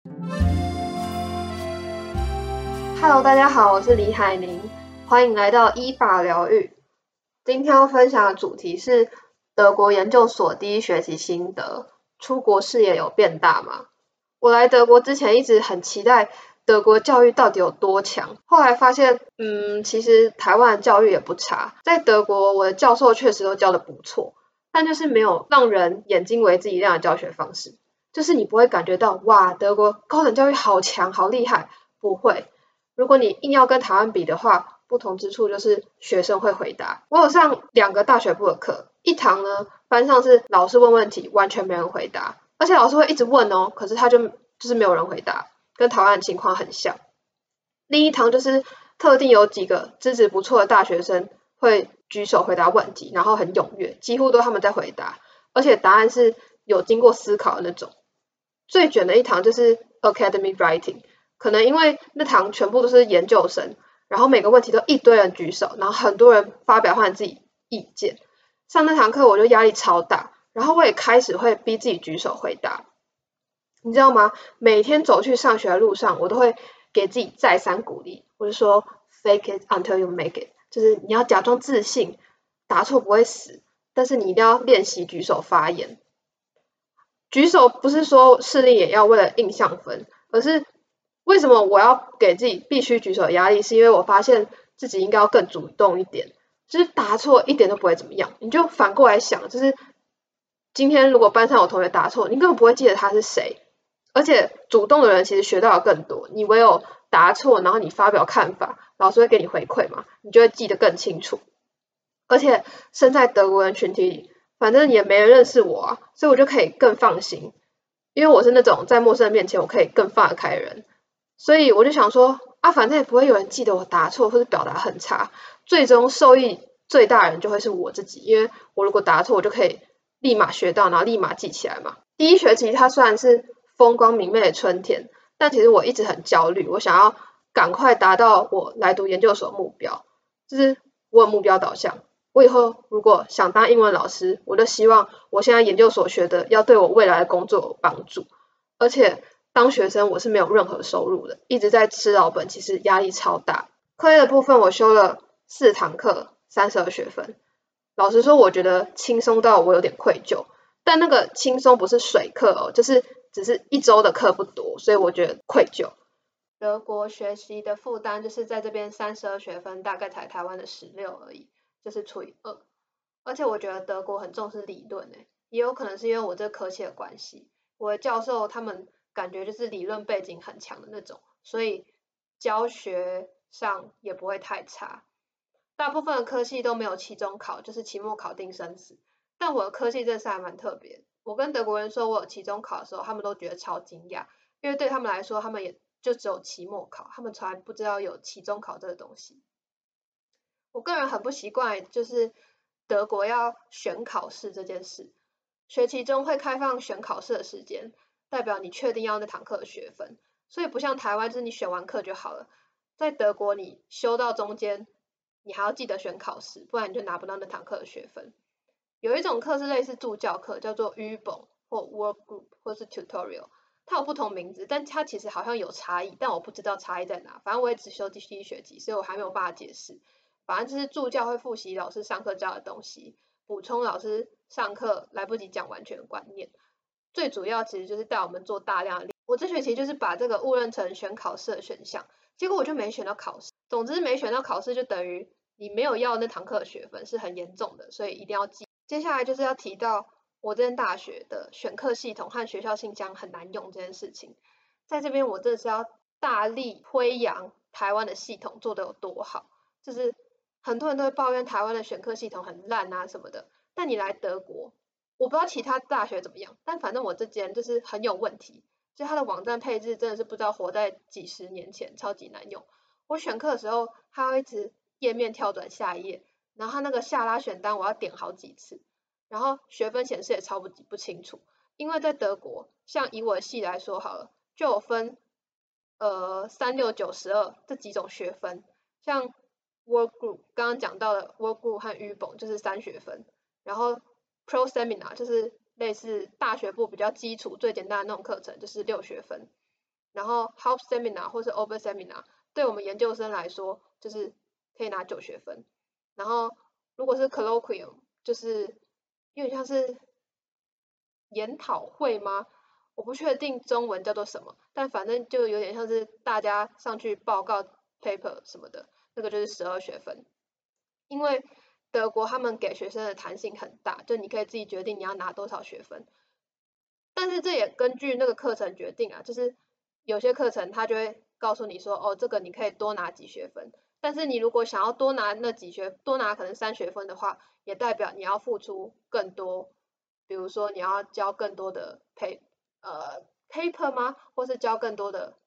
Hello， 大家好，我是李海宁，欢迎来到依法疗愈。今天要分享的主题是德国研究所第一学期心得，出国视野有变大吗？我来德国之前一直很期待德国教育到底有多强，后来发现，其实台湾的教育也不差，在德国我的教授确实都教得不错，但就是没有让人眼睛为之一亮的教学方式，就是你不会感觉到哇，德国高等教育好强好厉害，不会。如果你硬要跟台湾比的话，不同之处就是学生会回答。我有上2个大学部的课，一堂呢班上是老师问问题，完全没人回答，而且老师会一直问哦，可是他就是没有人回答，跟台湾的情况很像。另一堂就是特定有几个资质不错的大学生会举手回答问题，然后很踊跃，几乎都他们在回答，而且答案是有经过思考的那种。最卷的一堂就是 Academic Writing。可能因为那堂全部都是研究生，然后每个问题都一堆人举手，然后很多人发表他们自己意见。上那堂课我就压力超大，然后我也开始会逼自己举手回答。你知道吗？每天走去上学的路上，我都会给自己再三鼓励，我就说 fake it until you make it， 就是你要假装自信，答错不会死，但是你一定要练习举手发言。举手不是说视力也要为了印象分，而是为什么我要给自己必须举手的压力？是因为我发现自己应该要更主动一点，就是答错一点都不会怎么样。你就反过来想，就是今天如果班上有同学答错，你根本不会记得他是谁，而且主动的人其实学到的更多。你唯有答错，然后你发表看法，老师会给你回馈嘛，你就会记得更清楚。而且身在德国人群体里，反正也没人认识我啊，所以我就可以更放心，因为我是那种在陌生人面前我可以更放得开的人。所以我就想说啊，反正也不会有人记得我答错或者表达很差，最终受益最大的人就会是我自己，因为我如果答错，我就可以立马学到，然后立马记起来嘛。第一学期它虽然是风光明媚的春天，但其实我一直很焦虑，我想要赶快达到我来读研究所的目标，就是我有目标导向。我以后如果想当英文老师，我就希望我现在研究所学的要对我未来的工作有帮助，而且当学生我是没有任何收入的，一直在吃老本，其实压力超大。课业的部分我修了4堂课，32学分。老实说我觉得轻松到我有点愧疚，但那个轻松不是水课哦，就是只是1周的课不多，所以我觉得愧疚。德国学习的负担就是在这边32学分大概才台湾的16而已，就是除以2。而且我觉得德国很重视理论也有可能是因为我这科系的关系，我的教授他们感觉就是理论背景很强的那种，所以教学上也不会太差。大部分的科系都没有期中考，就是期末考定生死。但我的科系真的是还蛮特别，我跟德国人说我有期中考的时候，他们都觉得超惊讶，因为对他们来说，他们也就只有期末考，他们从来不知道有期中考这个东西。我个人很不习惯，就是德国要选考试这件事。学期中会开放选考试的时间，代表你确定要那堂课的学分，所以不像台湾就是你选完课就好了。在德国你修到中间，你还要记得选考试，不然你就拿不到那堂课的学分。有一种课是类似助教课，叫做 Übung 或 Work Group 或是 Tutorial， 它有不同名字，但它其实好像有差异，但我不知道差异在哪。反正我也只修第一学期，所以我还没有办法解释。反正就是助教会复习老师上课教的东西，补充老师上课来不及讲完全的观念。最主要其实就是带我们做大量的。我这学期就是把这个误认成选考试的选项，结果我就没选到考试。总之没选到考试就等于你没有要那堂课的学分，是很严重的，所以一定要记。接下来就是要提到我这间大学的选课系统和学校信箱很难用这件事情。在这边我真的是要大力推扬台湾的系统做得有多好，就是很多人都会抱怨台湾的选课系统很烂啊什么的，但你来德国，我不知道其他大学怎么样，但反正我这间就是很有问题，就它的网站配置真的是不知道活在几十年前，超级难用。我选课的时候，它会一直页面跳转下一页，然后它那个下拉选单我要点好几次，然后学分显示也超不清楚，因为在德国，像以我的系来说好了，就有分3、6、9、12这几种学分，像 Work Group 刚刚讲到的 Work Group 和 Übung 就是3学分，然后 Pro Seminar 就是类似大学部比较基础最简单的那种课程，就是6学分。 然后 Half Seminar 或是 Over Seminar 对我们研究生来说就是可以拿9学分，然后如果是 Colloquium 就是有点像是研讨会吗？我不确定中文叫做什么，但反正就有点像是大家上去报告 paper 什么的，那个就是12学分。因为德国他们给学生的弹性很大，就你可以自己决定你要拿多少学分，但是这也根据那个课程决定啊，就是有些课程他就会告诉你说，哦，这个你可以多拿几学分，但是你如果想要多拿多拿可能3学分的话，也代表你要付出更多，比如说你要交更多的paper 吗？或是交更多的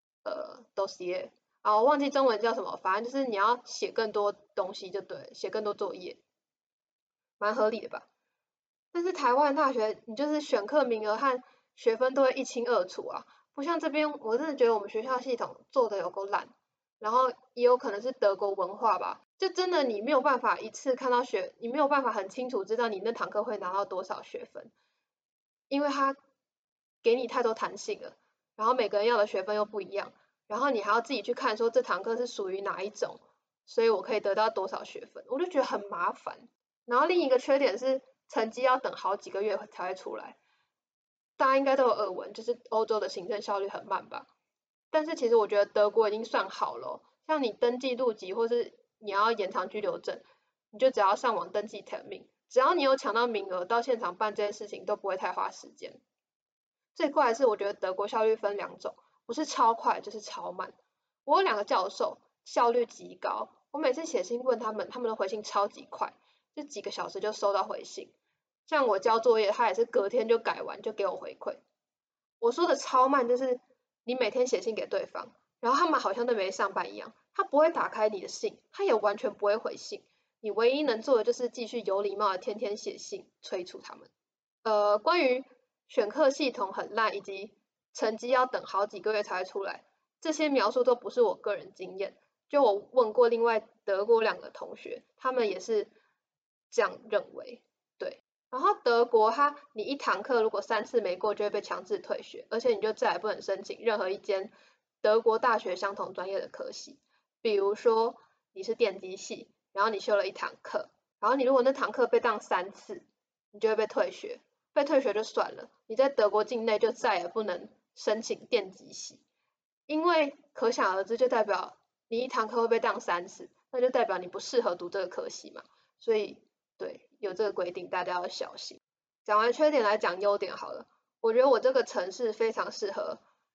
dossier 啊，我忘记中文叫什么，反正就是你要写更多东西就对，写更多作业，蛮合理的吧？但是台湾大学你就是选课名额和学分都会一清二楚啊，不像这边，我真的觉得我们学校系统做的有够烂，然后也有可能是德国文化吧，就真的你没有办法一次看到你没有办法很清楚知道你那堂课会拿到多少学分，因为它给你太多弹性了，然后每个人要的学分又不一样，然后你还要自己去看说这堂课是属于哪一种，所以我可以得到多少学分，我就觉得很麻烦。然后另一个缺点是成绩要等好几个月才会出来，大家应该都有耳闻，就是欧洲的行政效率很慢吧。但是其实我觉得德国已经算好了，像你登记入籍或是你要延长居留证，你就只要上网登记 termin，只要你有抢到名额，到现场办这件事情都不会太花时间。最怪的是我觉得德国效率分2种，不是超快就是超慢。我有2个教授效率极高，我每次写信问他们，他们的回信超级快，就几个小时就收到回信。像我交作业，他也是隔天就改完就给我回馈。我说的超慢，就是你每天写信给对方，然后他们好像都没上班一样，他不会打开你的信，他也完全不会回信。你唯一能做的就是继续有礼貌的天天写信催促他们。关于选课系统很烂，以及成绩要等好几个月才会出来，这些描述都不是我个人经验。就我问过另外德国2个同学，他们也是这样认为。对，然后德国你一堂课如果3次没过，就会被强制退学，而且你就再也不能申请任何一间德国大学相同专业的科系。比如说你是电机系，然后你修了1堂课，然后你如果那堂课被当3次，你就会被退学。被退学就算了，你在德国境内就再也不能申请电机系，因为可想而知，就代表你一堂课会被当3次，那就代表你不适合读这个科系嘛。所以对，有这个规定，大家要小心。讲完缺点来讲优点好了，我觉得我这个城市非常适合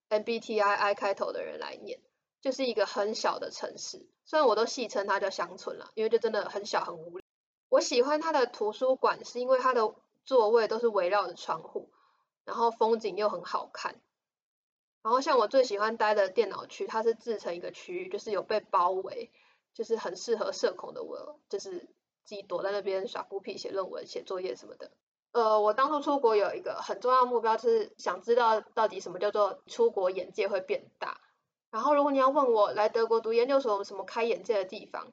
MBTI 开头的人来念，就是一个很小的城市，虽然我都戏称它叫乡村啦，因为就真的很小很无聊。我喜欢它的图书馆是因为它的座位都是围绕着窗户，然后风景又很好看。然后像我最喜欢待的电脑区，它是自成一个区域，就是有被包围，就是很适合社恐的我，就是自己躲在那边耍孤僻、写论文、写作业什么的。我当初出国有一个很重要的目标，就是想知道到底什么叫做出国眼界会变大。然后如果你要问我来德国读研究所有什么开眼界的地方，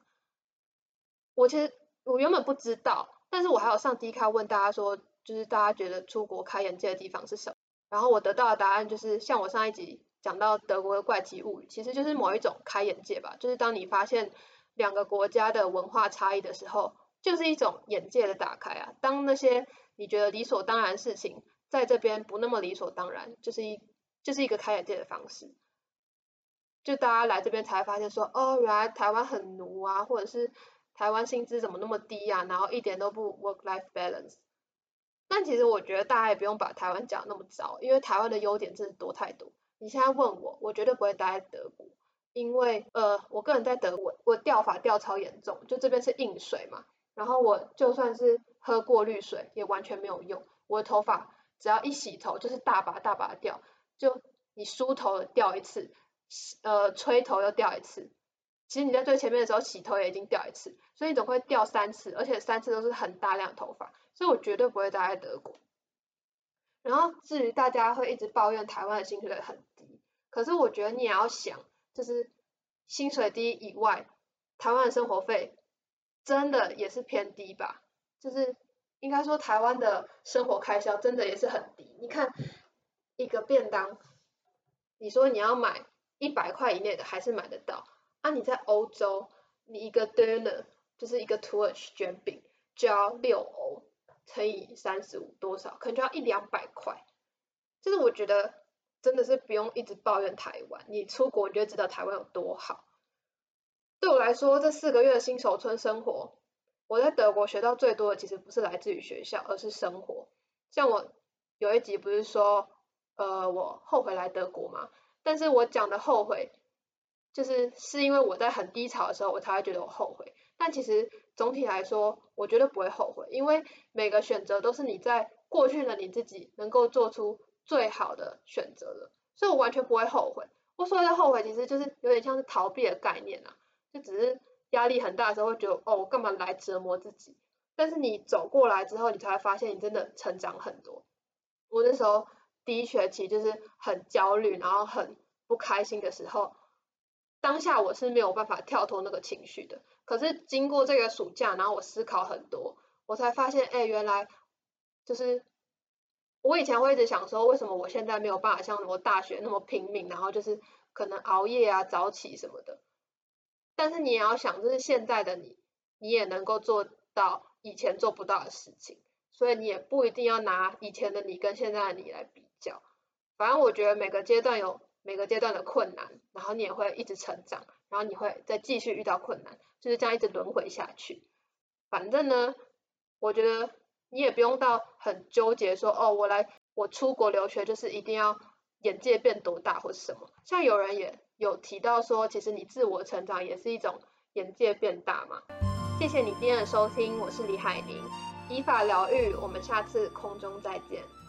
我原本不知道，但是我还有上 D 卡问大家说，就是大家觉得出国开眼界的地方是什么？然后我得到的答案就是，像我上一集讲到德国的怪奇物语，其实就是某一种开眼界吧，就是当你发现2个国家的文化差异的时候，就是一种眼界的打开啊。当那些你觉得理所当然的事情，在这边不那么理所当然，就是一个开眼界的方式。就大家来这边才发现说，哦，原来台湾很奴啊，或者是台湾薪资怎么那么低啊，然后一点都不 work-life balance。但其实我觉得大家也不用把台湾讲那么糟，因为台湾的优点真的多太多。你现在问我，我绝对不会待在德国，因为我个人在德国，我掉发掉超严重，就这边是硬水嘛，然后我就算是喝过滤水也完全没有用，我的头发只要一洗头就是大把大把掉，就你梳头掉一次，吹头又掉一次，其实你在最前面的时候洗头也已经掉一次，所以你总会掉3次，而且3次都是很大量的头发，所以我绝对不会待在德国。然后至于大家会一直抱怨台湾的薪水很低，可是我觉得你也要想，就是薪水低以外，台湾的生活费真的也是偏低吧？就是应该说台湾的生活开销真的也是很低。你看一个便当你说你要买100块以内的还是买得到啊？你在欧洲，你一个 döner 就是一个土耳其卷饼就要6欧乘以35多少，可能就要100-200块。就是我觉得真的是不用一直抱怨台湾，你出国你就知道台湾有多好。对我来说，这4个月的新手村生活，我在德国学到最多的其实不是来自于学校，而是生活。像我有一集不是说，我后悔来德国嘛，但是我讲的后悔，是因为我在很低潮的时候，我才会觉得我后悔。但其实总体来说，我绝对不会后悔，因为每个选择都是你在过去的你自己能够做出最好的选择的，所以我完全不会后悔。我所谓的后悔，其实就是有点像是逃避的概念啊。就只是压力很大的时候会觉得，哦，我干嘛来折磨自己？但是你走过来之后，你才会发现你真的成长很多。我那时候第一学期就是很焦虑，然后很不开心的时候，当下我是没有办法跳脱那个情绪的。可是经过这个暑假，然后我思考很多，我才发现，哎，原来就是我以前会一直想说，为什么我现在没有办法像我大学那么拼命，然后就是可能熬夜啊、早起什么的。但是你也要想，就是现在的你，你也能够做到以前做不到的事情，所以你也不一定要拿以前的你跟现在的你来比较。反正我觉得每个阶段有每个阶段的困难，然后你也会一直成长，然后你会再继续遇到困难，就是这样一直轮回下去。反正呢，我觉得你也不用到很纠结说，哦，我出国留学就是一定要眼界变多大或是什么。像有人也有提到说，其实你自我成长也是一种眼界变大嘛。谢谢你今天的收听，我是李海宁，以法疗愈，我们下次空中再见。